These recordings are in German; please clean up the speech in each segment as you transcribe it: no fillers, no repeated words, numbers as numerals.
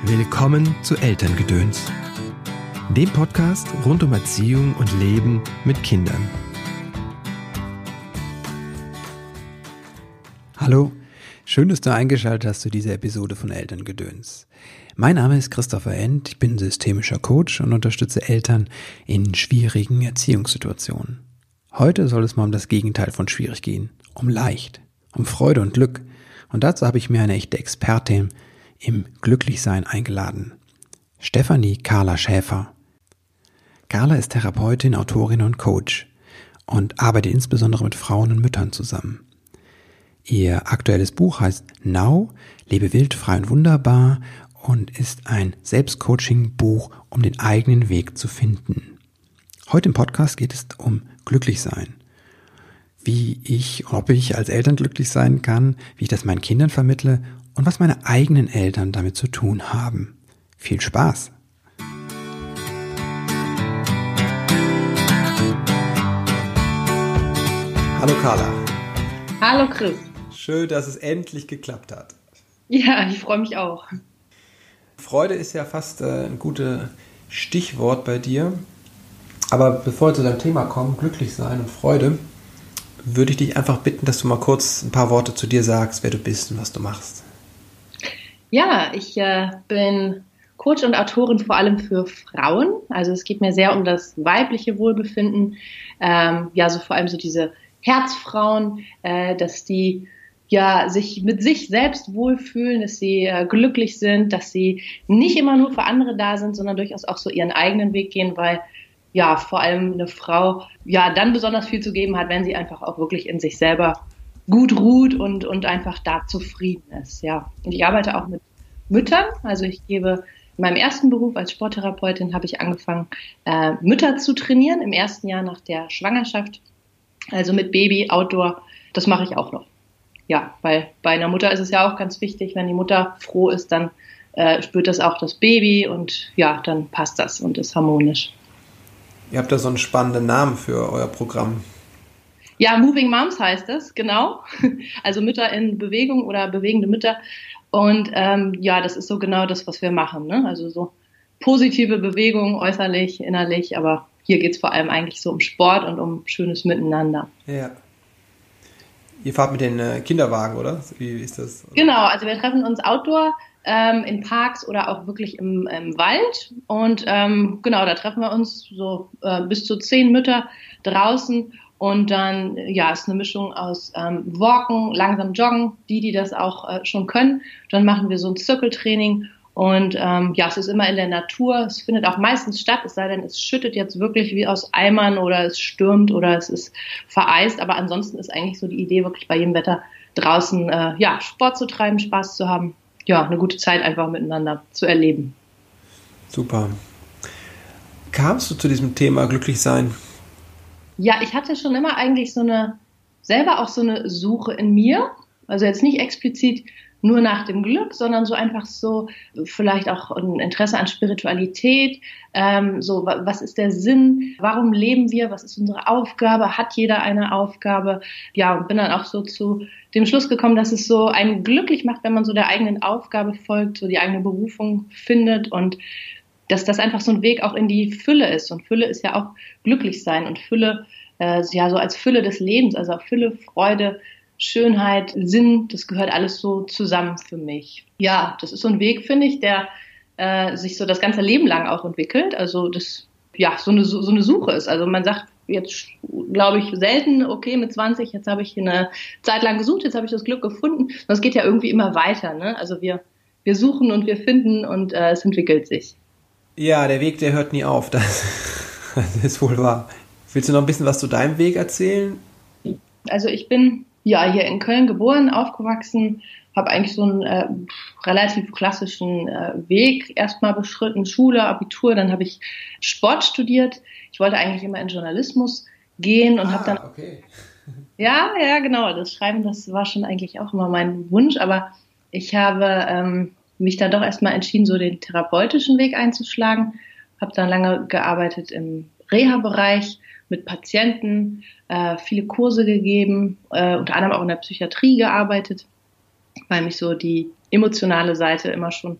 Willkommen zu Elterngedöns, dem Podcast rund um Erziehung und Leben mit Kindern. Hallo, schön, dass du eingeschaltet hast zu dieser Episode von Elterngedöns. Mein Name ist Christopher End, ich bin systemischer Coach und unterstütze Eltern in schwierigen Erziehungssituationen. Heute soll es mal um das Gegenteil von schwierig gehen, um leicht, um Freude und Glück. Und dazu habe ich mir eine echte Expertin im Glücklichsein eingeladen. Stefanie Carla Schäfer. Carla ist Therapeutin, Autorin und Coach und arbeitet insbesondere mit Frauen und Müttern zusammen. Ihr aktuelles Buch heißt Now, lebe wild, frei und wunderbar und ist ein Selbstcoaching-Buch, um den eigenen Weg zu finden. Heute im Podcast geht es um Glücklichsein. Wie ich, ob ich als Eltern glücklich sein kann, wie ich das meinen Kindern vermittle und was meine eigenen Eltern damit zu tun haben. Viel Spaß! Hallo Carla. Hallo Chris. Schön, dass es endlich geklappt hat. Ja, ich freue mich auch. Freude ist ja fast ein gutes Stichwort bei dir. Aber bevor wir zu deinem Thema kommen, glücklich sein und Freude, würde ich dich einfach bitten, dass du mal kurz ein paar Worte zu dir sagst, wer du bist und was du machst. Ja, ich bin Coach und Autorin vor allem für Frauen. Also es geht mir sehr um das weibliche Wohlbefinden. So vor allem so diese Herzfrauen, dass die sich mit sich selbst wohlfühlen, dass sie glücklich sind, dass sie nicht immer nur für andere da sind, sondern durchaus auch so ihren eigenen Weg gehen, weil vor allem eine Frau dann besonders viel zu geben hat, wenn sie einfach auch wirklich in sich selber gut ruht und einfach da zufrieden ist. Ja. Und ich arbeite auch mit Müttern. Also ich gebe in meinem ersten Beruf als Sporttherapeutin habe ich angefangen, Mütter zu trainieren im ersten Jahr nach der Schwangerschaft. Also mit Baby, Outdoor, das mache ich auch noch. Ja, weil bei einer Mutter ist es ja auch ganz wichtig, wenn die Mutter froh ist, dann spürt das auch das Baby und dann passt das und ist harmonisch. Ihr habt da so einen spannenden Namen für euer Programm. Ja, Moving Moms heißt es, genau. Also Mütter in Bewegung oder bewegende Mütter. Und das ist so genau das, was wir machen, ne? Also so positive Bewegung, äußerlich, innerlich, aber hier geht es vor allem eigentlich so um Sport und um schönes Miteinander. Ja. Ihr fahrt mit den Kinderwagen, oder? Wie ist das? Genau, also wir treffen uns outdoor in Parks oder auch wirklich im Wald. Und da treffen wir uns so bis zu 10 Mütter draußen. Und dann, ist eine Mischung aus Walken, langsam Joggen, die das auch schon können. Dann machen wir so ein Zirkeltraining. Und es ist immer in der Natur. Es findet auch meistens statt, es sei denn, es schüttet jetzt wirklich wie aus Eimern oder es stürmt oder es ist vereist. Aber ansonsten ist eigentlich so die Idee, wirklich bei jedem Wetter draußen Sport zu treiben, Spaß zu haben. Ja, eine gute Zeit einfach miteinander zu erleben. Super. Kamst du zu diesem Thema glücklich sein? Ja, ich hatte schon immer eigentlich selber auch so eine Suche in mir. Also jetzt nicht explizit nur nach dem Glück, sondern so einfach so vielleicht auch ein Interesse an Spiritualität. Was ist der Sinn? Warum leben wir? Was ist unsere Aufgabe? Hat jeder eine Aufgabe? Ja, und bin dann auch so zu dem Schluss gekommen, dass es so einen glücklich macht, wenn man so der eigenen Aufgabe folgt, so die eigene Berufung findet und dass das einfach so ein Weg auch in die Fülle ist. Und Fülle ist ja auch glücklich sein und Fülle, so als Fülle des Lebens, also auch Fülle, Freude, Schönheit, Sinn, das gehört alles so zusammen für mich. Ja, das ist so ein Weg, finde ich, der sich so das ganze Leben lang auch entwickelt. Also das so eine Suche ist. Also man sagt jetzt, glaube ich, selten, okay, mit 20, jetzt habe ich eine Zeit lang gesucht, jetzt habe ich das Glück gefunden. Das geht ja irgendwie immer weiter, ne? Also wir suchen und wir finden und es entwickelt sich. Ja, der Weg, der hört nie auf. Das ist wohl wahr. Willst du noch ein bisschen was zu deinem Weg erzählen? Also ich bin hier in Köln geboren, aufgewachsen, habe eigentlich so einen relativ klassischen Weg erstmal beschritten, Schule, Abitur, dann habe ich Sport studiert. Ich wollte eigentlich immer in Journalismus gehen und habe dann... Okay. Ja, genau, das Schreiben, das war schon eigentlich auch immer mein Wunsch, aber ich habe mich dann doch erstmal entschieden, so den therapeutischen Weg einzuschlagen, habe dann lange gearbeitet im Reha-Bereich mit Patienten, viele Kurse gegeben, unter anderem auch in der Psychiatrie gearbeitet, weil mich so die emotionale Seite immer schon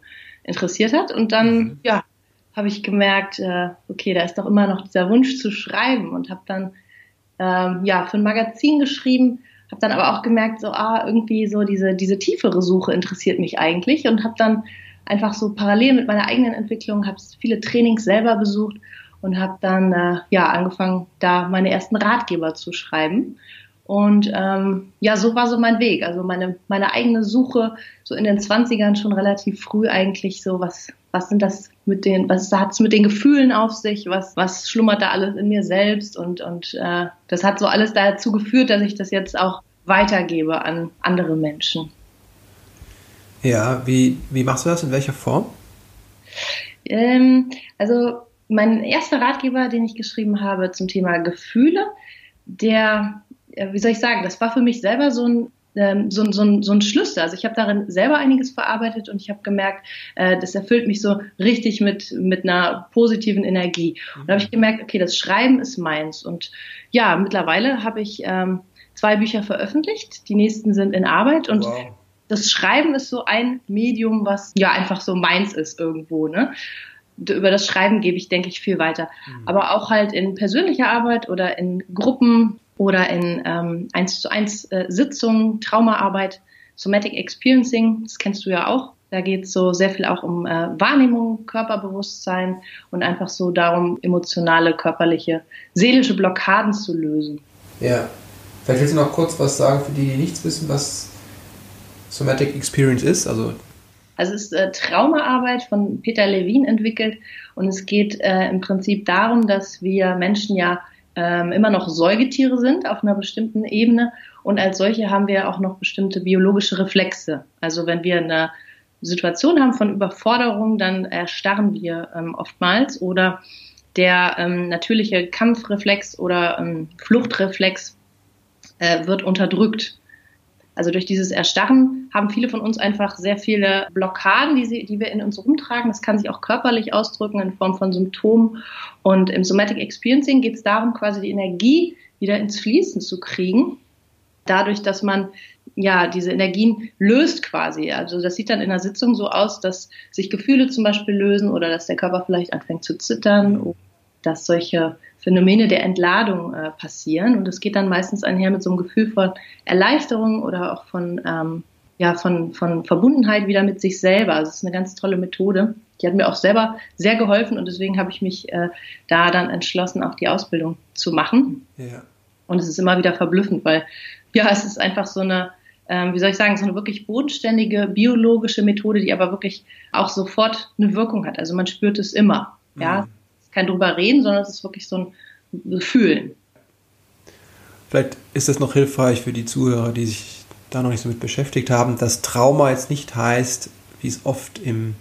interessiert hat. Und dann, habe ich gemerkt, okay, da ist doch immer noch dieser Wunsch zu schreiben und habe dann, für ein Magazin geschrieben, habe dann aber auch gemerkt, so, irgendwie so diese tiefere Suche interessiert mich eigentlich und habe dann einfach so parallel mit meiner eigenen Entwicklung, habe viele Trainings selber besucht und habe dann angefangen, da meine ersten Ratgeber zu schreiben. Und so war so mein Weg. Also meine eigene Suche so in den 20ern schon relativ früh eigentlich so, was sind das was hat's mit den Gefühlen auf sich, was schlummert da alles in mir selbst und das hat so alles dazu geführt, dass ich das jetzt auch weitergebe an andere Menschen. Ja, wie machst du das? In welcher Form? Also mein erster Ratgeber, den ich geschrieben habe zum Thema Gefühle, der, wie soll ich sagen, das war für mich selber so ein Schlüssel. Also ich habe darin selber einiges verarbeitet und ich habe gemerkt, das erfüllt mich so richtig mit einer positiven Energie. Und da habe ich gemerkt, okay, das Schreiben ist meins. Und ja, mittlerweile habe ich 2 Bücher veröffentlicht. Die nächsten sind in Arbeit und wow. Das Schreiben ist so ein Medium, was ja einfach so meins ist irgendwo, ne? Über das Schreiben gebe ich, denke ich, viel weiter. Aber auch halt in persönlicher Arbeit oder in Gruppen oder in 1:1 Sitzungen, Traumaarbeit, Somatic Experiencing, das kennst du ja auch. Da geht es so sehr viel auch um Wahrnehmung, Körperbewusstsein und einfach so darum, emotionale, körperliche, seelische Blockaden zu lösen. Ja, vielleicht willst du noch kurz was sagen für die nichts wissen, was Somatic Experience ist? Also es ist Traumaarbeit von Peter Levine entwickelt und es geht im Prinzip darum, dass wir Menschen ja immer noch Säugetiere sind auf einer bestimmten Ebene und als solche haben wir auch noch bestimmte biologische Reflexe. Also wenn wir eine Situation haben von Überforderung, dann erstarren wir oftmals oder der natürliche Kampfreflex oder Fluchtreflex wird unterdrückt. Also durch dieses Erstarren haben viele von uns einfach sehr viele Blockaden, die wir in uns rumtragen. Das kann sich auch körperlich ausdrücken in Form von Symptomen. Und im Somatic Experiencing geht es darum, quasi die Energie wieder ins Fließen zu kriegen. Dadurch, dass man diese Energien löst quasi. Also das sieht dann in einer Sitzung so aus, dass sich Gefühle zum Beispiel lösen oder dass der Körper vielleicht anfängt zu zittern oder dass solche Phänomene der Entladung passieren. Und es geht dann meistens einher mit so einem Gefühl von Erleichterung oder auch von Verbundenheit wieder mit sich selber. Also es ist eine ganz tolle Methode. Die hat mir auch selber sehr geholfen und deswegen habe ich mich da dann entschlossen, auch die Ausbildung zu machen. Ja. Und es ist immer wieder verblüffend, weil es ist einfach so eine, so eine wirklich bodenständige biologische Methode, die aber wirklich auch sofort eine Wirkung hat. Also man spürt es immer. Ja. Kein drüber reden, sondern es ist wirklich so ein Fühlen. Vielleicht ist das noch hilfreich für die Zuhörer, die sich da noch nicht so mit beschäftigt haben, dass Trauma jetzt nicht heißt, wie es oft im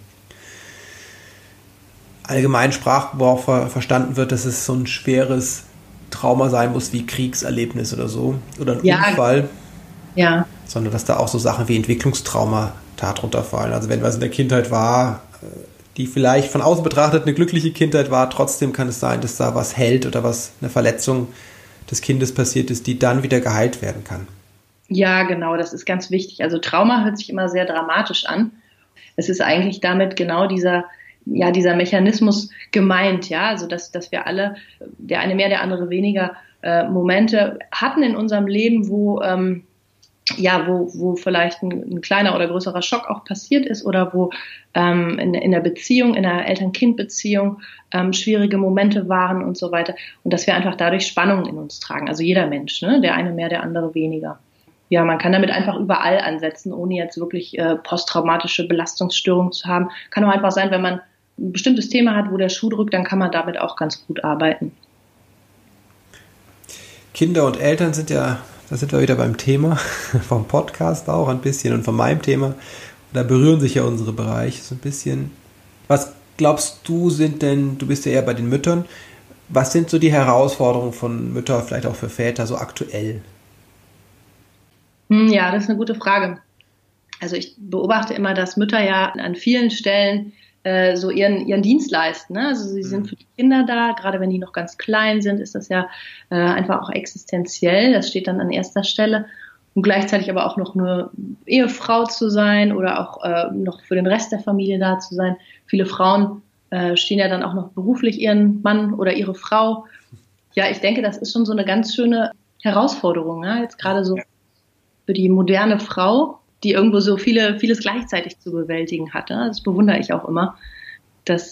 allgemeinen Sprachgebrauch verstanden wird, dass es so ein schweres Trauma sein muss wie Kriegserlebnis oder so oder ein Unfall, sondern dass da auch so Sachen wie Entwicklungstrauma darunter fallen. Also wenn was in der Kindheit war, die vielleicht von außen betrachtet eine glückliche Kindheit war, trotzdem kann es sein, dass da was hält oder eine Verletzung des Kindes passiert ist, die dann wieder geheilt werden kann. Ja, genau, das ist ganz wichtig. Also Trauma hört sich immer sehr dramatisch an. Es ist eigentlich damit genau dieser Mechanismus gemeint, also dass wir alle, der eine mehr, der andere weniger, Momente hatten in unserem Leben, wo vielleicht ein kleiner oder größerer Schock auch passiert ist oder wo in der Beziehung, in der Eltern-Kind-Beziehung schwierige Momente waren und so weiter. Und dass wir einfach dadurch Spannungen in uns tragen. Also jeder Mensch, ne? Der eine mehr, der andere weniger. Ja, man kann damit einfach überall ansetzen, ohne jetzt wirklich posttraumatische Belastungsstörungen zu haben. Kann auch einfach sein, wenn man ein bestimmtes Thema hat, wo der Schuh drückt, dann kann man damit auch ganz gut arbeiten. Kinder und Eltern sind ja, da sind wir wieder beim Thema, vom Podcast auch ein bisschen und von meinem Thema. Da berühren sich ja unsere Bereiche so ein bisschen. Was glaubst du du bist ja eher bei den Müttern, was sind so die Herausforderungen von Müttern, vielleicht auch für Väter, so aktuell? Ja, das ist eine gute Frage. Also ich beobachte immer, dass Mütter ja an vielen Stellen so ihren Dienst leisten. Ne? Also sie sind für die Kinder da, gerade wenn die noch ganz klein sind, ist das ja einfach auch existenziell. Das steht dann an erster Stelle. und gleichzeitig aber auch noch eine Ehefrau zu sein oder auch noch für den Rest der Familie da zu sein. Viele Frauen stehen ja dann auch noch beruflich ihren Mann oder ihre Frau. Ja, ich denke, das ist schon so eine ganz schöne Herausforderung, ja? Jetzt gerade so für die moderne Frau, die irgendwo so vieles gleichzeitig zu bewältigen hat. Ja? Das bewundere ich auch immer. Das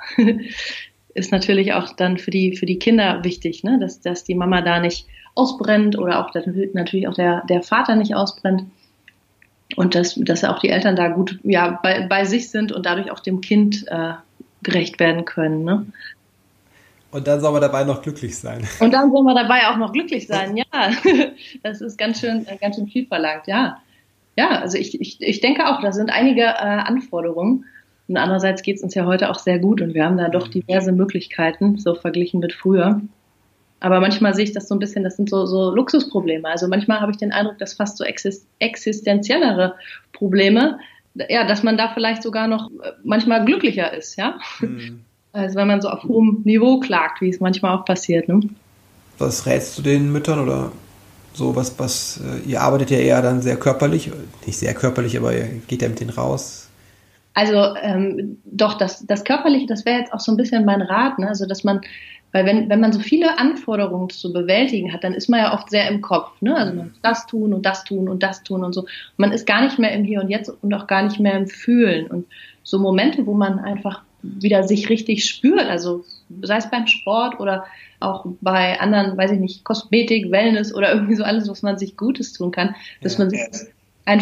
ist natürlich auch dann für die Kinder wichtig, ne? Dass die Mama da nicht ausbrennt oder auch natürlich auch der Vater nicht ausbrennt. Und dass auch die Eltern da gut bei sich sind und dadurch auch dem Kind gerecht werden können. Ne? Und dann soll man dabei noch glücklich sein. Und dann soll man dabei auch noch glücklich sein, ja. Das ist ganz schön viel verlangt, ja. Ja, also ich denke auch, da sind einige Anforderungen. Und andererseits geht es uns ja heute auch sehr gut und wir haben da doch diverse Möglichkeiten, so verglichen mit früher. Aber manchmal sehe ich das so ein bisschen, das sind so Luxusprobleme. Also manchmal habe ich den Eindruck, dass fast so existenziellere Probleme, ja, dass man da vielleicht sogar noch manchmal glücklicher ist, ja. Also wenn man so auf hohem Niveau klagt, wie es manchmal auch passiert. Ne? Was rätst du den Müttern oder so, was ihr arbeitet ja eher dann sehr körperlich, nicht sehr körperlich, aber ihr geht ja mit denen raus? Also doch, das Körperliche, das wäre jetzt auch so ein bisschen mein Rat, ne? Also dass man, weil wenn man so viele Anforderungen zu bewältigen hat, dann ist man ja oft sehr im Kopf, ne? Also man muss das tun und das tun und das tun und so. Und man ist gar nicht mehr im Hier und Jetzt und auch gar nicht mehr im Fühlen. Und so Momente, wo man einfach wieder sich richtig spürt, also sei es beim Sport oder auch bei anderen, weiß ich nicht, Kosmetik, Wellness oder irgendwie so alles, was man sich Gutes tun kann, dass man sich das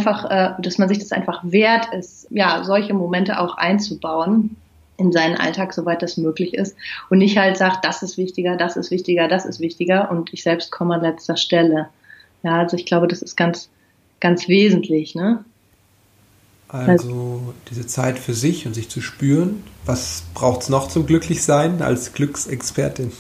einfach wert ist, ja, solche Momente auch einzubauen in seinen Alltag, soweit das möglich ist und nicht halt sagt, das ist wichtiger, das ist wichtiger, das ist wichtiger und ich selbst komme an letzter Stelle. Ja, also ich glaube, das ist ganz, ganz wesentlich, ne? Also diese Zeit für sich und sich zu spüren. Was braucht es noch zum Glücklichsein als Glücksexpertin?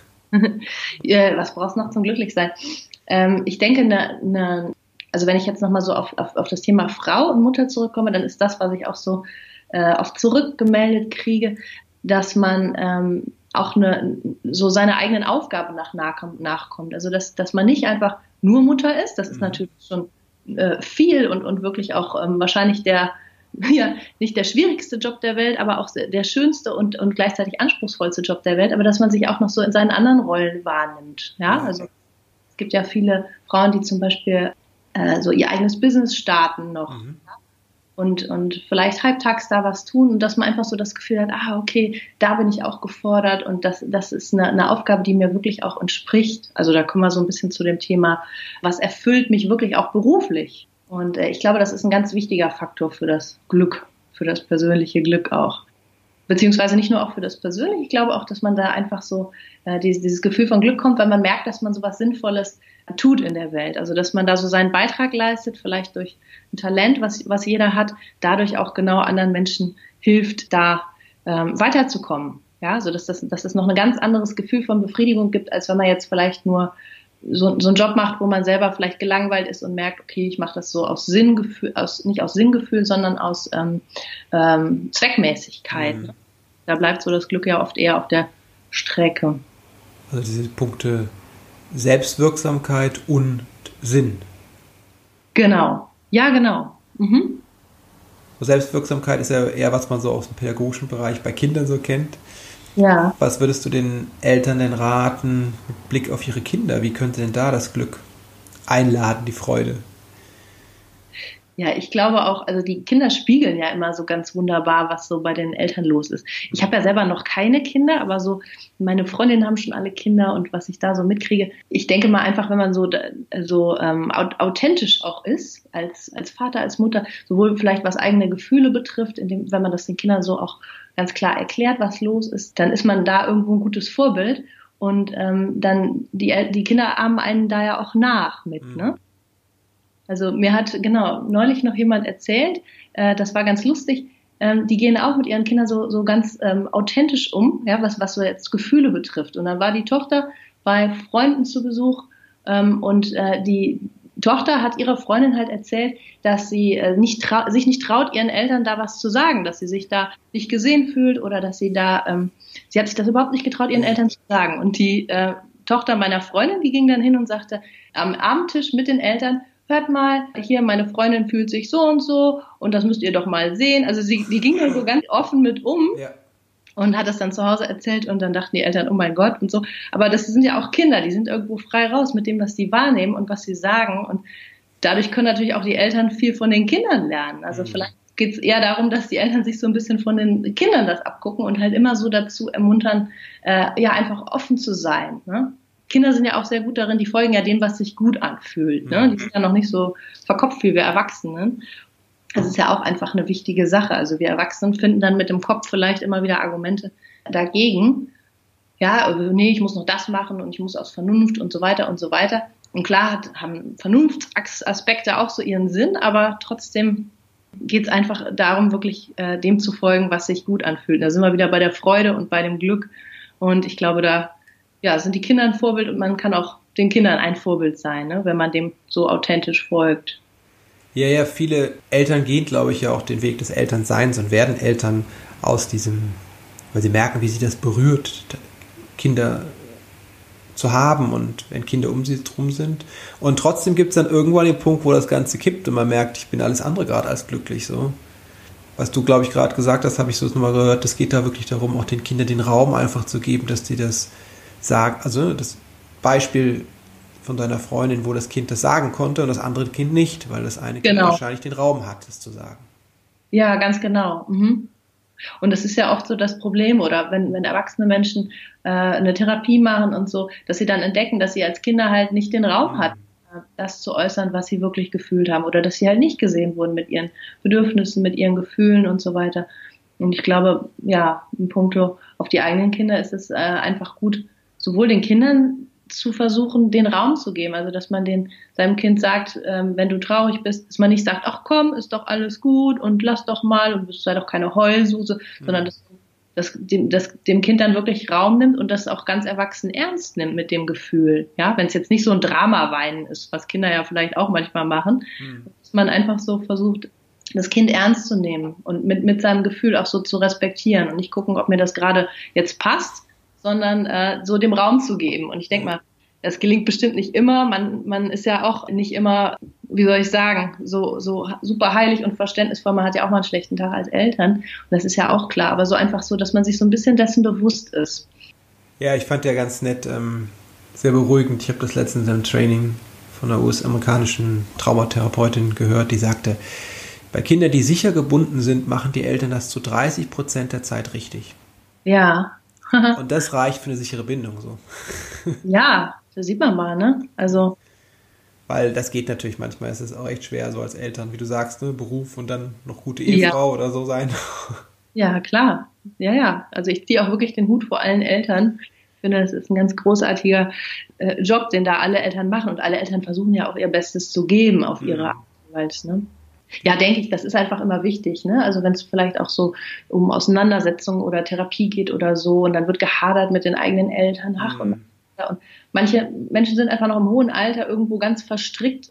Was braucht es noch zum Glücklichsein? Ich denke, also wenn ich jetzt nochmal so auf das Thema Frau und Mutter zurückkomme, dann ist das, was ich auch so oft zurückgemeldet kriege, dass man auch so seine eigenen Aufgaben nachkommt. Also dass man nicht einfach nur Mutter ist, das ist natürlich schon viel und wirklich auch wahrscheinlich nicht der schwierigste Job der Welt, aber auch der schönste und gleichzeitig anspruchsvollste Job der Welt, aber dass man sich auch noch so in seinen anderen Rollen wahrnimmt. Ja, also es gibt ja viele Frauen, die zum Beispiel so ihr eigenes Business starten noch und vielleicht halbtags da was tun und dass man einfach so das Gefühl hat, okay, da bin ich auch gefordert und das ist eine Aufgabe, die mir wirklich auch entspricht. Also da kommen wir so ein bisschen zu dem Thema, was erfüllt mich wirklich auch beruflich. Und ich glaube, das ist ein ganz wichtiger Faktor für das Glück, für das persönliche Glück auch. Beziehungsweise nicht nur auch für das Persönliche, ich glaube auch, dass man da einfach so dieses Gefühl von Glück kommt, weil man merkt, dass man so was Sinnvolles tut in der Welt. Also dass man da so seinen Beitrag leistet, vielleicht durch ein Talent, was jeder hat, dadurch auch genau anderen Menschen hilft, da weiterzukommen. Ja, also dass es noch ein ganz anderes Gefühl von Befriedigung gibt, als wenn man jetzt vielleicht nur so einen Job macht, wo man selber vielleicht gelangweilt ist und merkt, okay, ich mache das so aus Sinngefühl, nicht aus Sinngefühl, sondern aus Zweckmäßigkeit. Da bleibt so das Glück ja oft eher auf der Strecke. Also diese Punkte Selbstwirksamkeit und Sinn. Genau. Ja, genau. Selbstwirksamkeit ist ja eher, was man so aus dem pädagogischen Bereich bei Kindern so kennt. Ja. Was würdest du den Eltern denn raten mit Blick auf ihre Kinder? Wie könnte denn da das Glück einladen, die Freude? Ja, ich glaube auch, also die Kinder spiegeln ja immer so ganz wunderbar, was so bei den Eltern los ist. Ich habe ja selber noch keine Kinder, aber so meine Freundinnen haben schon alle Kinder und was ich da so mitkriege. Ich denke mal einfach, wenn man so authentisch auch ist, als Vater, als Mutter, sowohl vielleicht was eigene Gefühle betrifft, wenn man das den Kindern so auch ganz klar erklärt, was los ist, dann ist man da irgendwo ein gutes Vorbild und dann die Kinder ahmen einen da ja auch nach mit, ne? Also mir hat neulich noch jemand erzählt, das war ganz lustig, die gehen auch mit ihren Kindern so ganz authentisch um, ja, was so jetzt Gefühle betrifft. Und dann war die Tochter bei Freunden zu Besuch und die Tochter hat ihrer Freundin halt erzählt, dass sie sich nicht traut, ihren Eltern da was zu sagen, dass sie sich da nicht gesehen fühlt oder dass sie hat sich das überhaupt nicht getraut, ihren Eltern zu sagen. Und die Tochter meiner Freundin, die ging dann hin und sagte am Abendtisch mit den Eltern, hört mal, hier meine Freundin fühlt sich so und das müsst ihr doch mal sehen. Also die ging da so ganz offen mit um. Ja. Und hat das dann zu Hause erzählt und dann dachten die Eltern, oh mein Gott und so. Aber das sind ja auch Kinder, die sind irgendwo frei raus mit dem, was sie wahrnehmen und was sie sagen. Und dadurch können natürlich auch die Eltern viel von den Kindern lernen. Also vielleicht geht es eher darum, dass die Eltern sich so ein bisschen von den Kindern das abgucken und halt immer so dazu ermuntern, einfach offen zu sein. Ne? Kinder sind ja auch sehr gut darin, die folgen ja dem, was sich gut anfühlt. Ne? Die sind ja noch nicht so verkopft wie wir Erwachsenen. Das ist ja auch einfach eine wichtige Sache. Also wir Erwachsenen finden dann mit dem Kopf vielleicht immer wieder Argumente dagegen. Ja, nee, ich muss noch das machen und ich muss aus Vernunft und so weiter und so weiter. Und klar haben Vernunftsaspekte auch so ihren Sinn, aber trotzdem geht es einfach darum, wirklich dem zu folgen, was sich gut anfühlt. Da sind wir wieder bei der Freude und bei dem Glück. Und ich glaube, da sind die Kinder ein Vorbild und man kann auch den Kindern ein Vorbild sein, ne, wenn man dem so authentisch folgt. Ja, viele Eltern gehen, glaube ich, ja auch den Weg des Elternseins und werden Eltern aus diesem, weil sie merken, wie sie das berührt, Kinder zu haben und wenn Kinder um sie drum sind. Und trotzdem gibt es dann irgendwann den Punkt, wo das Ganze kippt und man merkt, ich bin alles andere gerade als glücklich. So. Was du, glaube ich, gerade gesagt hast, habe ich so nochmal gehört, es geht da wirklich darum, auch den Kindern den Raum einfach zu geben, dass die das sagen. Also das Beispiel von deiner Freundin, wo das Kind das sagen konnte und das andere Kind nicht, weil das eine Kind wahrscheinlich den Raum hat, das zu sagen. Ja, ganz genau. Und das ist ja oft so das Problem, oder wenn erwachsene Menschen eine Therapie machen und so, dass sie dann entdecken, dass sie als Kinder halt nicht den Raum hatten, das zu äußern, was sie wirklich gefühlt haben, oder dass sie halt nicht gesehen wurden mit ihren Bedürfnissen, mit ihren Gefühlen und so weiter. Und ich glaube, in puncto auf die eigenen Kinder ist es einfach gut, sowohl den Kindern zu versuchen, den Raum zu geben. Also, dass man seinem Kind sagt, wenn du traurig bist, dass man nicht sagt, ach komm, ist doch alles gut und lass doch mal und sei doch keine Heulsuse, sondern dass dem Kind dann wirklich Raum nimmt und das auch ganz erwachsen ernst nimmt mit dem Gefühl. Ja, wenn es jetzt nicht so ein Drama-Weinen ist, was Kinder ja vielleicht auch manchmal machen, dass man einfach so versucht, das Kind ernst zu nehmen und mit seinem Gefühl auch so zu respektieren und nicht gucken, ob mir das gerade jetzt passt, sondern so dem Raum zu geben. Und ich denke mal, das gelingt bestimmt nicht immer. Man ist ja auch nicht immer, wie soll ich sagen, so super heilig und verständnisvoll. Man hat ja auch mal einen schlechten Tag als Eltern. Und das ist ja auch klar. Aber so einfach so, dass man sich so ein bisschen dessen bewusst ist. Ja, ich fand ja ganz nett, sehr beruhigend. Ich habe das letztens im Training von einer US-amerikanischen Traumatherapeutin gehört, die sagte, bei Kindern, die sicher gebunden sind, machen die Eltern das zu 30% der Zeit richtig. Ja. Und das reicht für eine sichere Bindung so. Ja, das sieht man mal, ne? Also. Weil das geht natürlich manchmal, ist es auch echt schwer, so als Eltern, wie du sagst, ne? Beruf und dann noch gute Ehefrau oder so sein. Ja, klar. Ja. Also ich ziehe auch wirklich den Hut vor allen Eltern. Ich finde, das ist ein ganz großartiger Job, den da alle Eltern machen. Und alle Eltern versuchen ja auch ihr Bestes zu geben auf ihre Art und Weise, ne? Ja, denke ich, das ist einfach immer wichtig, ne? Also wenn es vielleicht auch so um Auseinandersetzungen oder Therapie geht oder so und dann wird gehadert mit den eigenen Eltern, und manche Menschen sind einfach noch im hohen Alter irgendwo ganz verstrickt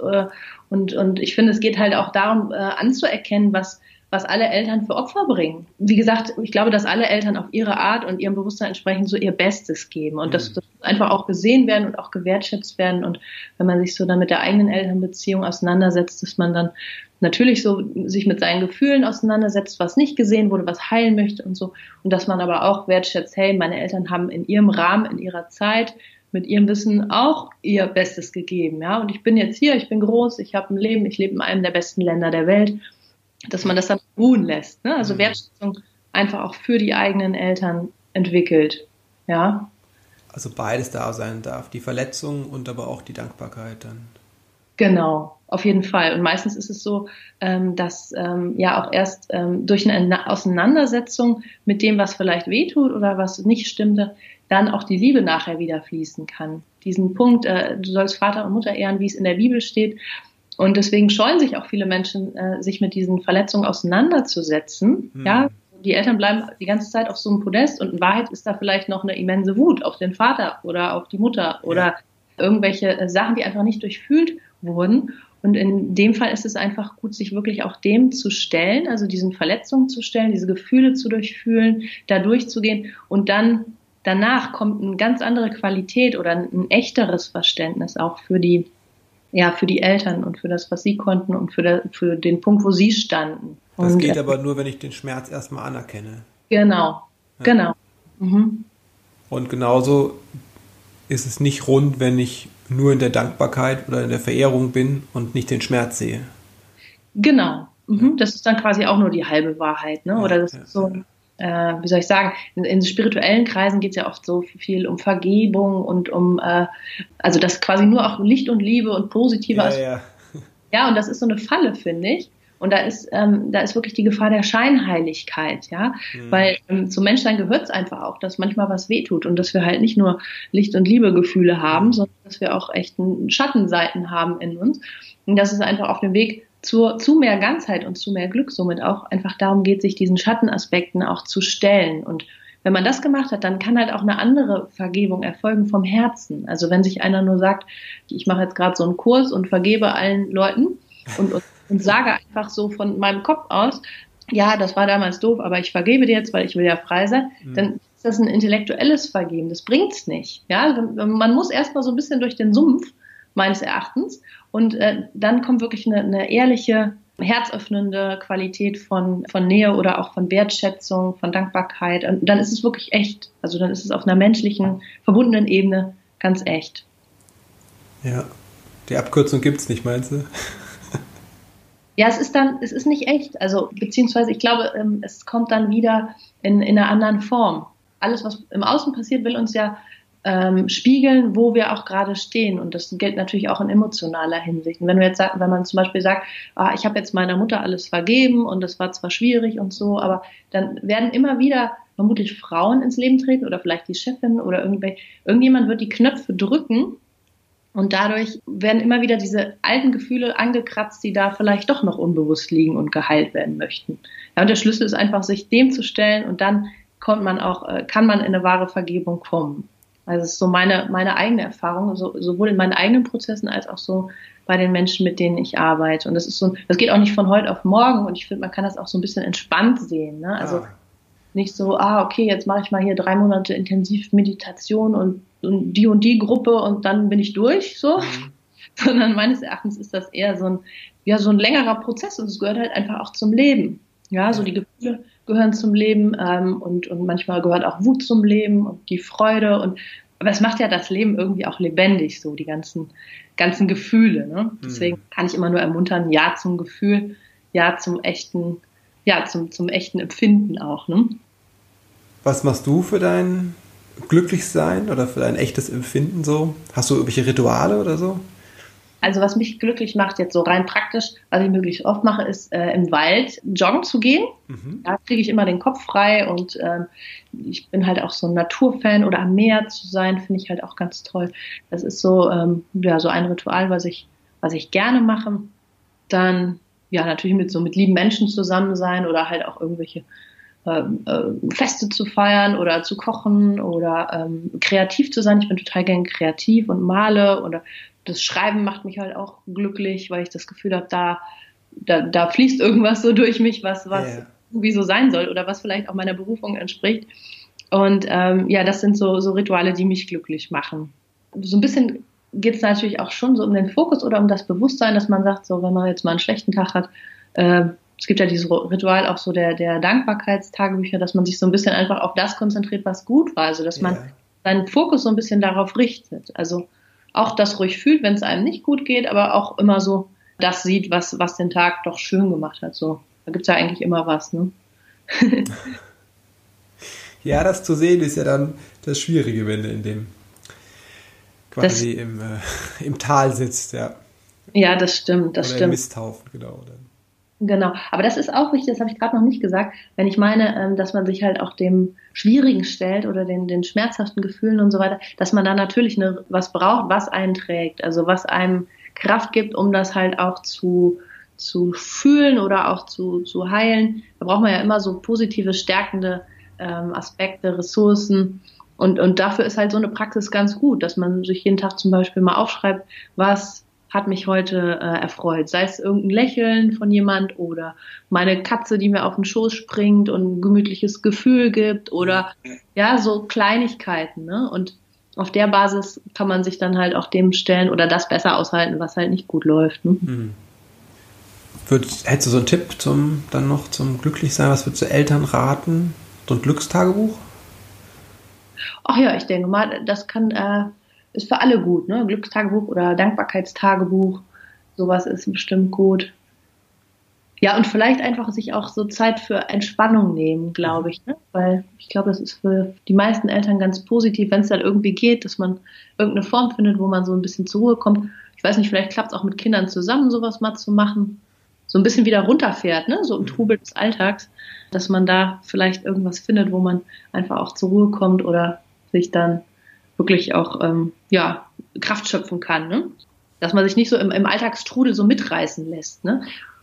und ich finde, es geht halt auch darum, anzuerkennen, was alle Eltern für Opfer bringen. Wie gesagt, ich glaube, dass alle Eltern auf ihre Art und ihrem Bewusstsein entsprechend so ihr Bestes geben und das einfach auch gesehen werden und auch gewertschätzt werden und wenn man sich so dann mit der eigenen Elternbeziehung auseinandersetzt, dass man dann natürlich so sich mit seinen Gefühlen auseinandersetzt, was nicht gesehen wurde, was heilen möchte und so und dass man aber auch wertschätzt, hey, meine Eltern haben in ihrem Rahmen, in ihrer Zeit mit ihrem Wissen auch ihr Bestes gegeben, ja, und ich bin jetzt hier, ich bin groß, ich habe ein Leben, ich lebe in einem der besten Länder der Welt, dass man das dann ruhen lässt, ne? Also Wertschätzung einfach auch für die eigenen Eltern entwickelt, ja. Also beides da sein darf, die Verletzung und aber auch die Dankbarkeit dann. Genau, auf jeden Fall. Und meistens ist es so, dass auch erst durch eine Auseinandersetzung mit dem, was vielleicht wehtut oder was nicht stimmte, dann auch die Liebe nachher wieder fließen kann. Diesen Punkt, du sollst Vater und Mutter ehren, wie es in der Bibel steht. Und deswegen scheuen sich auch viele Menschen, sich mit diesen Verletzungen auseinanderzusetzen. Ja, die Eltern bleiben die ganze Zeit auf so einem Podest und in Wahrheit ist da vielleicht noch eine immense Wut auf den Vater oder auf die Mutter oder irgendwelche Sachen, die einfach nicht durchfühlt wurden. Und in dem Fall ist es einfach gut, sich wirklich auch dem zu stellen, also diesen Verletzungen zu stellen, diese Gefühle zu durchfühlen, da durchzugehen und dann danach kommt eine ganz andere Qualität oder ein echteres Verständnis auch für die ja, für die Eltern und für das, was sie konnten und für den Punkt, wo sie standen. Das Und, geht aber nur, wenn ich den Schmerz erstmal anerkenne. genau, Ja. genau. Mhm. Und genauso ist es nicht rund, wenn ich nur in der Dankbarkeit oder in der Verehrung bin und nicht den Schmerz sehe. Genau. Mhm. Ja. Das ist dann quasi auch nur die halbe Wahrheit, ne? Ja, Oder das ja, ist so, wie soll ich sagen, in spirituellen Kreisen geht es ja oft so viel um Vergebung und also das quasi nur auch Licht und Liebe und positive Aspekte. ja. Ja, und das ist so eine Falle, finde ich. Und da ist wirklich die Gefahr der Scheinheiligkeit, ja. Weil zum Menschsein gehört es einfach auch, dass manchmal was wehtut und dass wir halt nicht nur Licht- und Liebegefühle haben, sondern dass wir auch echt Schattenseiten haben in uns. Und dass es einfach auf dem Weg zu mehr Ganzheit und zu mehr Glück somit auch einfach darum geht, sich diesen Schattenaspekten auch zu stellen. Und wenn man das gemacht hat, dann kann halt auch eine andere Vergebung erfolgen vom Herzen. Also wenn sich einer nur sagt, ich mache jetzt gerade so einen Kurs und vergebe allen Leuten und sage einfach so von meinem Kopf aus, ja, das war damals doof, aber ich vergebe dir jetzt, weil ich will ja frei sein, dann ist das ein intellektuelles Vergeben. Das bringt's nicht. Ja, man muss erstmal so ein bisschen durch den Sumpf, meines Erachtens, und dann kommt wirklich eine ehrliche, herzöffnende Qualität von Nähe oder auch von Wertschätzung, von Dankbarkeit. Und dann ist es wirklich echt. Also dann ist es auf einer menschlichen, verbundenen Ebene ganz echt. Ja, die Abkürzung gibt's nicht, meinst du? Ja, es ist nicht echt. Also, beziehungsweise ich glaube, es kommt dann wieder in einer anderen Form. Alles, was im Außen passiert, will uns ja spiegeln, wo wir auch gerade stehen. Und das gilt natürlich auch in emotionaler Hinsicht. Und wenn man zum Beispiel sagt, ich habe jetzt meiner Mutter alles vergeben und das war zwar schwierig und so, aber dann werden immer wieder vermutlich Frauen ins Leben treten oder vielleicht die Chefin oder irgendjemand wird die Knöpfe drücken und dadurch werden immer wieder diese alten Gefühle angekratzt, die da vielleicht doch noch unbewusst liegen und geheilt werden möchten. Ja, und der Schlüssel ist einfach, sich dem zu stellen und dann kann man in eine wahre Vergebung kommen. Also es ist so meine eigene Erfahrung, sowohl in meinen eigenen Prozessen als auch so bei den Menschen, mit denen ich arbeite. Und das geht auch nicht von heute auf morgen. Und ich finde, man kann das auch so ein bisschen entspannt sehen. Ne? Also nicht so, okay, jetzt mache ich mal hier 3 Monate intensiv Meditation und die Gruppe und dann bin ich durch, so. Sondern meines Erachtens ist das eher so ein längerer Prozess und es gehört halt einfach auch zum Leben. Ja, so die Gefühle gehören zum Leben und manchmal gehört auch Wut zum Leben und die Freude aber es macht ja das Leben irgendwie auch lebendig, so die ganzen Gefühle. Ne? Deswegen kann ich immer nur ermuntern, ja zum Gefühl, ja zum echten Empfinden auch. Ne? Was machst du für dein Glücklichsein oder für dein echtes Empfinden so? Hast du irgendwelche Rituale oder so? Also was mich glücklich macht, jetzt so rein praktisch, was ich möglichst oft mache, ist im Wald joggen zu gehen. Da kriege ich immer den Kopf frei und ich bin halt auch so ein Naturfan oder am Meer zu sein, finde ich halt auch ganz toll. Das ist so so ein Ritual, was ich gerne mache. Dann natürlich mit lieben Menschen zusammen sein oder halt auch irgendwelche Feste zu feiern oder zu kochen oder kreativ zu sein. Ich bin total gern kreativ und male oder das Schreiben macht mich halt auch glücklich, weil ich das Gefühl habe, da fließt irgendwas so durch mich, was irgendwie so sein soll oder was vielleicht auch meiner Berufung entspricht. Und das sind so Rituale, die mich glücklich machen. So ein bisschen geht es natürlich auch schon so um den Fokus oder um das Bewusstsein, dass man sagt, so wenn man jetzt mal einen schlechten Tag hat, es gibt ja dieses Ritual auch so der Dankbarkeitstagebücher, dass man sich so ein bisschen einfach auf das konzentriert, was gut war. Also dass man seinen Fokus so ein bisschen darauf richtet. Also auch das ruhig fühlt, wenn es einem nicht gut geht, aber auch immer so das sieht, was den Tag doch schön gemacht hat. So, da gibt's ja eigentlich immer was, ne? Ja, das zu sehen ist ja dann das Schwierige, wenn du in dem quasi im Tal sitzt, ja. Ja, das stimmt, Oder im Misthaufen, genau. Genau, aber das ist auch wichtig, das habe ich gerade noch nicht gesagt, wenn ich meine, dass man sich halt auch dem Schwierigen stellt oder den schmerzhaften Gefühlen und so weiter, dass man da natürlich was braucht, was einen trägt, also was einem Kraft gibt, um das halt auch zu fühlen oder auch zu heilen. Da braucht man ja immer so positive, stärkende Aspekte, Ressourcen und dafür ist halt so eine Praxis ganz gut, dass man sich jeden Tag zum Beispiel mal aufschreibt, was hat mich heute erfreut. Sei es irgendein Lächeln von jemand oder meine Katze, die mir auf den Schoß springt und ein gemütliches Gefühl gibt oder so Kleinigkeiten. Ne? Und auf der Basis kann man sich dann halt auch dem stellen oder das besser aushalten, was halt nicht gut läuft. Ne? Mhm. Hättest du so einen Tipp zum Glücklichsein? Was würdest du Eltern raten? So ein Glückstagebuch? Ach ja, ich denke mal, das ist für alle gut, ne? Glückstagebuch oder Dankbarkeitstagebuch, sowas ist bestimmt gut. Ja, und vielleicht einfach sich auch so Zeit für Entspannung nehmen, glaube ich, ne? Weil ich glaube, das ist für die meisten Eltern ganz positiv, wenn es dann irgendwie geht, dass man irgendeine Form findet, wo man so ein bisschen zur Ruhe kommt. Ich weiß nicht, vielleicht klappt es auch mit Kindern zusammen, sowas mal zu machen. So ein bisschen wieder runterfährt, ne? So im Trubel des Alltags, dass man da vielleicht irgendwas findet, wo man einfach auch zur Ruhe kommt oder sich dann wirklich auch Kraft schöpfen kann, ne? Dass man sich nicht so im Alltagstrudel so mitreißen lässt, ne?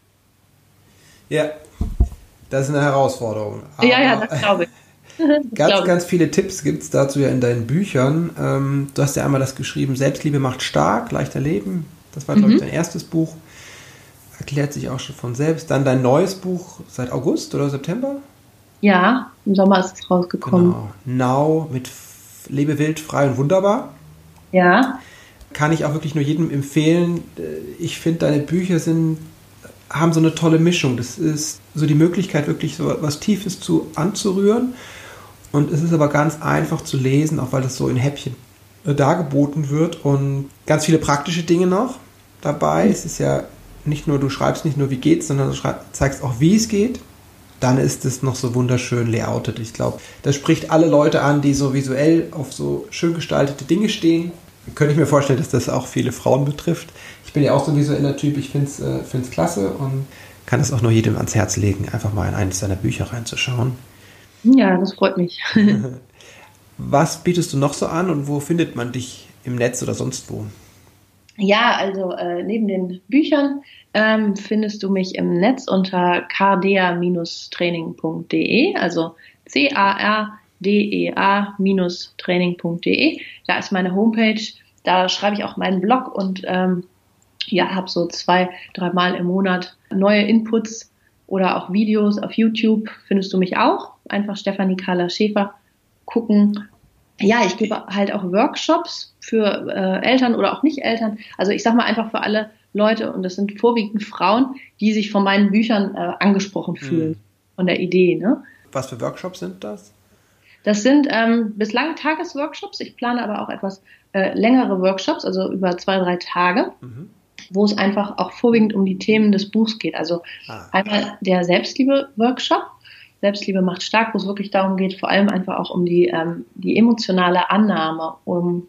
Ja, das ist eine Herausforderung. Aber ja, das glaube ich. Ganz viele Tipps gibt es dazu ja in deinen Büchern. Du hast ja einmal das geschrieben, Selbstliebe macht stark, leichter leben. Das war, glaube ich, dein erstes Buch. Erklärt sich auch schon von selbst. Dann dein neues Buch seit August oder September? Ja, im Sommer ist es rausgekommen. Genau. Now mit Lebe wild, frei und wunderbar. Ja. Kann ich auch wirklich nur jedem empfehlen. Ich finde, deine Bücher haben so eine tolle Mischung. Das ist so die Möglichkeit, wirklich so was Tiefes anzurühren. Und es ist aber ganz einfach zu lesen, auch weil das so in Häppchen dargeboten wird. Und ganz viele praktische Dinge noch dabei. Es ist ja nicht nur, du schreibst nicht nur, wie geht's, sondern du zeigst auch, wie es geht. Dann ist es noch so wunderschön layoutet. Ich glaube, das spricht alle Leute an, die so visuell auf so schön gestaltete Dinge stehen. Könnte ich mir vorstellen, dass das auch viele Frauen betrifft. Ich bin ja auch so ein visueller Typ, ich finde es klasse und kann es auch nur jedem ans Herz legen, einfach mal in eines deiner Bücher reinzuschauen. Ja, das freut mich. Was bietest du noch so an und wo findet man dich im Netz oder sonst wo? Ja, also neben den Büchern findest du mich im Netz unter cardea-training.de, also cardea-training.de. Da ist meine Homepage, da schreibe ich auch meinen Blog und habe so 2-3 Mal im Monat neue Inputs oder auch Videos auf YouTube, findest du mich auch. Einfach Stefanie Carla Schäfer gucken. Ja, ich gebe halt auch Workshops für Eltern oder auch Nicht-Eltern. Also ich sag mal einfach für alle Leute, und das sind vorwiegend Frauen, die sich von meinen Büchern angesprochen fühlen, von der Idee. Ne? Was für Workshops sind das? Das sind bislang Tagesworkshops. Ich plane aber auch etwas längere Workshops, also über 2-3 Tage, wo es einfach auch vorwiegend um die Themen des Buchs geht. Also einmal der Selbstliebe-Workshop. Selbstliebe macht stark, wo es wirklich darum geht, vor allem einfach auch um die emotionale Annahme und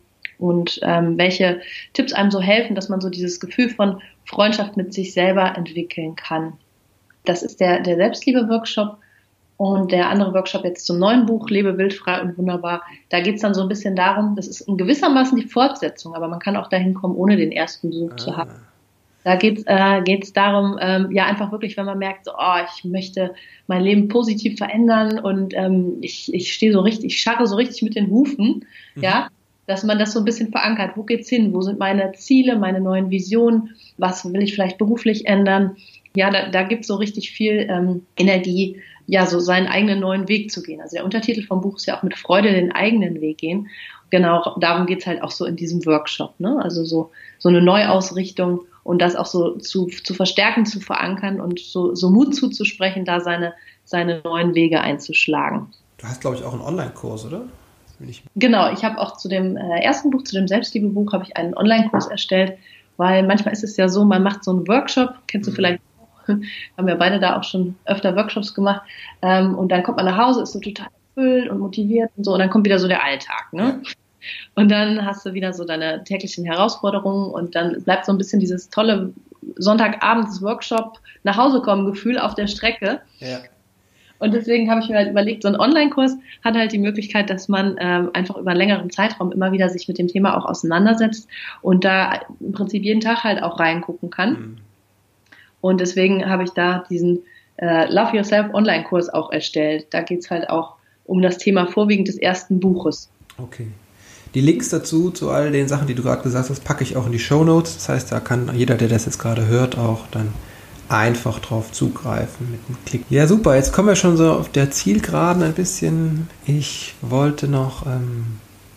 welche Tipps einem so helfen, dass man so dieses Gefühl von Freundschaft mit sich selber entwickeln kann. Das ist der Selbstliebe-Workshop. Und der andere Workshop jetzt zum neuen Buch, Lebe wild, frei und wunderbar, da geht's dann so ein bisschen darum, das ist in gewissermaßen die Fortsetzung, aber man kann auch dahin kommen, ohne den ersten Besuch zu haben. Da geht's darum, einfach wirklich, wenn man merkt, so, ich möchte mein Leben positiv verändern und ich stehe so richtig, ich scharre so richtig mit den Hufen, ja, dass man das so ein bisschen verankert. Wo geht's hin? Wo sind meine Ziele, meine neuen Visionen? Was will ich vielleicht beruflich ändern? Ja, da gibt's so richtig viel Energie, ja, so seinen eigenen neuen Weg zu gehen. Also der Untertitel vom Buch ist ja auch mit Freude den eigenen Weg gehen. Genau, darum geht's halt auch so in diesem Workshop, ne? Also so eine Neuausrichtung und das auch so zu verstärken, zu verankern und so Mut zuzusprechen, da seine neuen Wege einzuschlagen. Du hast, glaube ich, auch einen Online-Kurs, oder? Genau, ich habe auch zu dem ersten Buch, zu dem Selbstliebe-Buch, habe ich einen Online-Kurs erstellt, weil manchmal ist es ja so, man macht so einen Workshop, kennst du vielleicht auch, haben wir beide da auch schon öfter Workshops gemacht, und dann kommt man nach Hause, ist so total erfüllt und motiviert und so, und dann kommt wieder so der Alltag, ne? Ja. Und dann hast du wieder so deine täglichen Herausforderungen und dann bleibt so ein bisschen dieses tolle Sonntagabends-Workshop nach Hause kommen Gefühl auf der Strecke. Ja. Und deswegen habe ich mir halt überlegt, so ein Online-Kurs hat halt die Möglichkeit, dass man einfach über einen längeren Zeitraum immer wieder sich mit dem Thema auch auseinandersetzt und da im Prinzip jeden Tag halt auch reingucken kann. Und deswegen habe ich da diesen Love Yourself Online-Kurs auch erstellt. Da geht's halt auch um das Thema vorwiegend des ersten Buches. Okay. Die Links dazu, zu all den Sachen, die du gerade gesagt hast, packe ich auch in die Shownotes. Das heißt, da kann jeder, der das jetzt gerade hört, auch dann einfach drauf zugreifen mit einem Klick. Ja, super. Jetzt kommen wir schon so auf der Zielgeraden ein bisschen. Ich wollte noch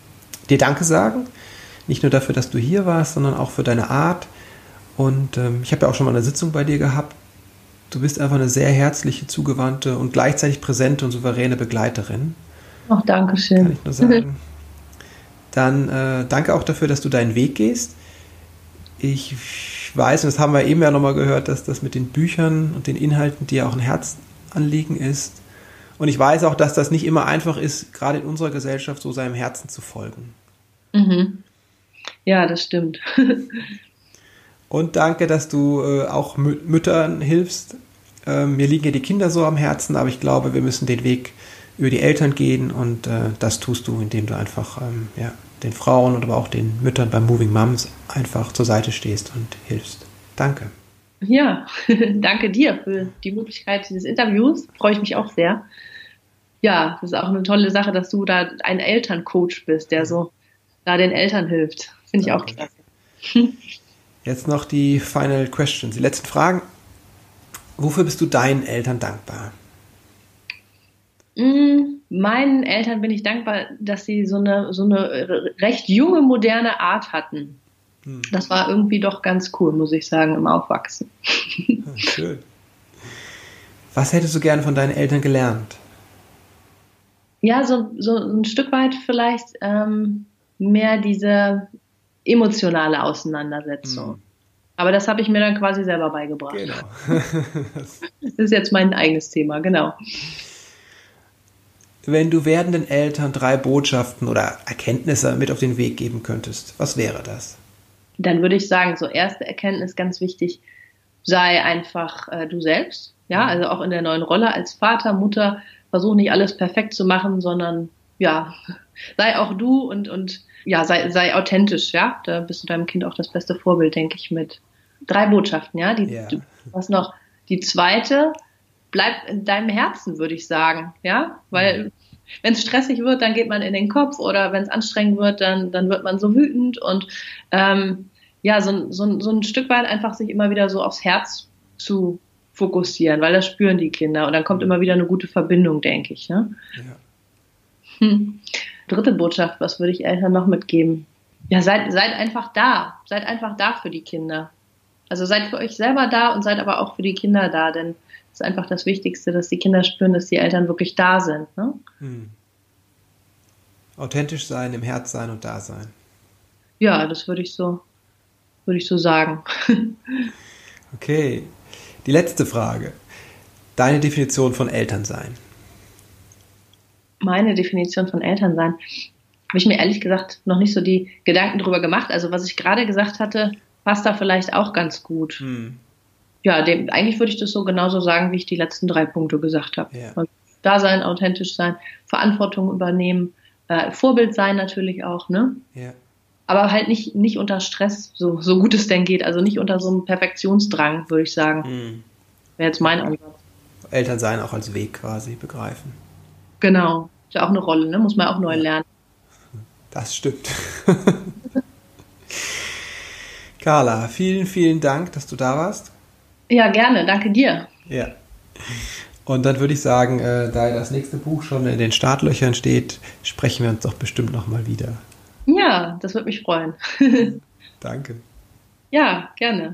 dir Danke sagen. Nicht nur dafür, dass du hier warst, sondern auch für deine Art. Und ich habe ja auch schon mal eine Sitzung bei dir gehabt. Du bist einfach eine sehr herzliche, zugewandte und gleichzeitig präsente und souveräne Begleiterin. Ach, danke schön. Kann ich nur sagen. Dann danke auch dafür, dass du deinen Weg gehst. Ich weiß, und das haben wir eben ja nochmal gehört, dass das mit den Büchern und den Inhalten dir auch ein Herzanliegen ist. Und ich weiß auch, dass das nicht immer einfach ist, gerade in unserer Gesellschaft so seinem Herzen zu folgen. Mhm. Ja, das stimmt. Und danke, dass du auch Müttern hilfst. Mir liegen ja die Kinder so am Herzen, aber ich glaube, wir müssen den Weg über die Eltern gehen und das tust du, indem du einfach den Frauen und aber auch den Müttern bei Moving Moms einfach zur Seite stehst und hilfst. Danke. Ja, danke dir für die Möglichkeit dieses Interviews. Freue ich mich auch sehr. Ja, das ist auch eine tolle Sache, dass du da ein Elterncoach bist, der so da den Eltern hilft. Finde ich auch klasse. Jetzt noch die Final Questions, die letzten Fragen. Wofür bist du deinen Eltern dankbar? Meinen Eltern bin ich dankbar, dass sie so eine recht junge, moderne Art hatten. Das war irgendwie doch ganz cool, muss ich sagen, im Aufwachsen. Schön. Was hättest du gerne von deinen Eltern gelernt? Ja, so ein Stück weit vielleicht mehr diese emotionale Auseinandersetzung. Aber das habe ich mir dann quasi selber beigebracht. Genau. Das ist jetzt mein eigenes Thema, genau. Wenn du werdenden Eltern 3 Botschaften oder Erkenntnisse mit auf den Weg geben könntest, was wäre das? Dann würde ich sagen, so erste Erkenntnis, ganz wichtig, sei einfach du selbst. Ja, also auch in der neuen Rolle als Vater, Mutter, versuch nicht alles perfekt zu machen, sondern ja, sei auch du und ja, sei authentisch, ja. Da bist du deinem Kind auch das beste Vorbild, denke ich, mit 3 Botschaften, ja. Was noch? Die zweite, bleib in deinem Herzen, würde ich sagen, ja, weil wenn es stressig wird, dann geht man in den Kopf oder wenn es anstrengend wird, dann wird man so wütend und ja, so ein Stück weit einfach sich immer wieder so aufs Herz zu fokussieren, weil das spüren die Kinder und dann kommt immer wieder eine gute Verbindung, denke ich, ne? Ja. Dritte Botschaft, was würde ich Eltern noch mitgeben? Ja, seid einfach da. Seid einfach da für die Kinder. Also seid für euch selber da und seid aber auch für die Kinder da, denn das ist einfach das Wichtigste, dass die Kinder spüren, dass die Eltern wirklich da sind. Ne? Authentisch sein, im Herz sein und da sein. Ja, das würde ich so sagen. Okay, die letzte Frage. Deine Definition von Elternsein. Meine Definition von Elternsein habe ich mir ehrlich gesagt noch nicht so die Gedanken drüber gemacht. Also was ich gerade gesagt hatte, passt da vielleicht auch ganz gut. Ja, eigentlich würde ich das so genauso sagen, wie ich die letzten 3 Punkte gesagt habe. Ja. Also, da sein, authentisch sein, Verantwortung übernehmen, Vorbild sein natürlich auch, ne? Ja. Aber halt nicht unter Stress, so gut es denn geht. Also nicht unter so einem Perfektionsdrang, würde ich sagen. Wäre jetzt mein Ansatz. Elternsein auch als Weg quasi begreifen. Genau. Ist ja auch eine Rolle, ne? Muss man auch neu lernen. Das stimmt. Carla, vielen, vielen Dank, dass du da warst. Ja, gerne. Danke dir. Ja. Und dann würde ich sagen, da das nächste Buch schon in den Startlöchern steht, sprechen wir uns doch bestimmt nochmal wieder. Ja, das würde mich freuen. Danke. Ja, gerne.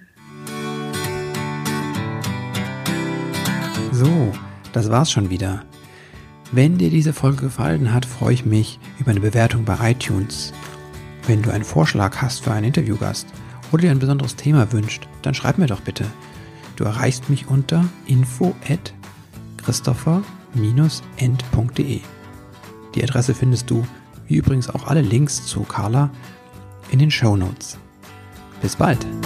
So, das war's schon wieder. Wenn dir diese Folge gefallen hat, freue ich mich über eine Bewertung bei iTunes. Wenn du einen Vorschlag hast für einen Interviewgast oder dir ein besonderes Thema wünscht, dann schreib mir doch bitte. Du erreichst mich unter info@christopher-end.de. Die Adresse findest du, wie übrigens auch alle Links zu Carla, in den Shownotes. Bis bald!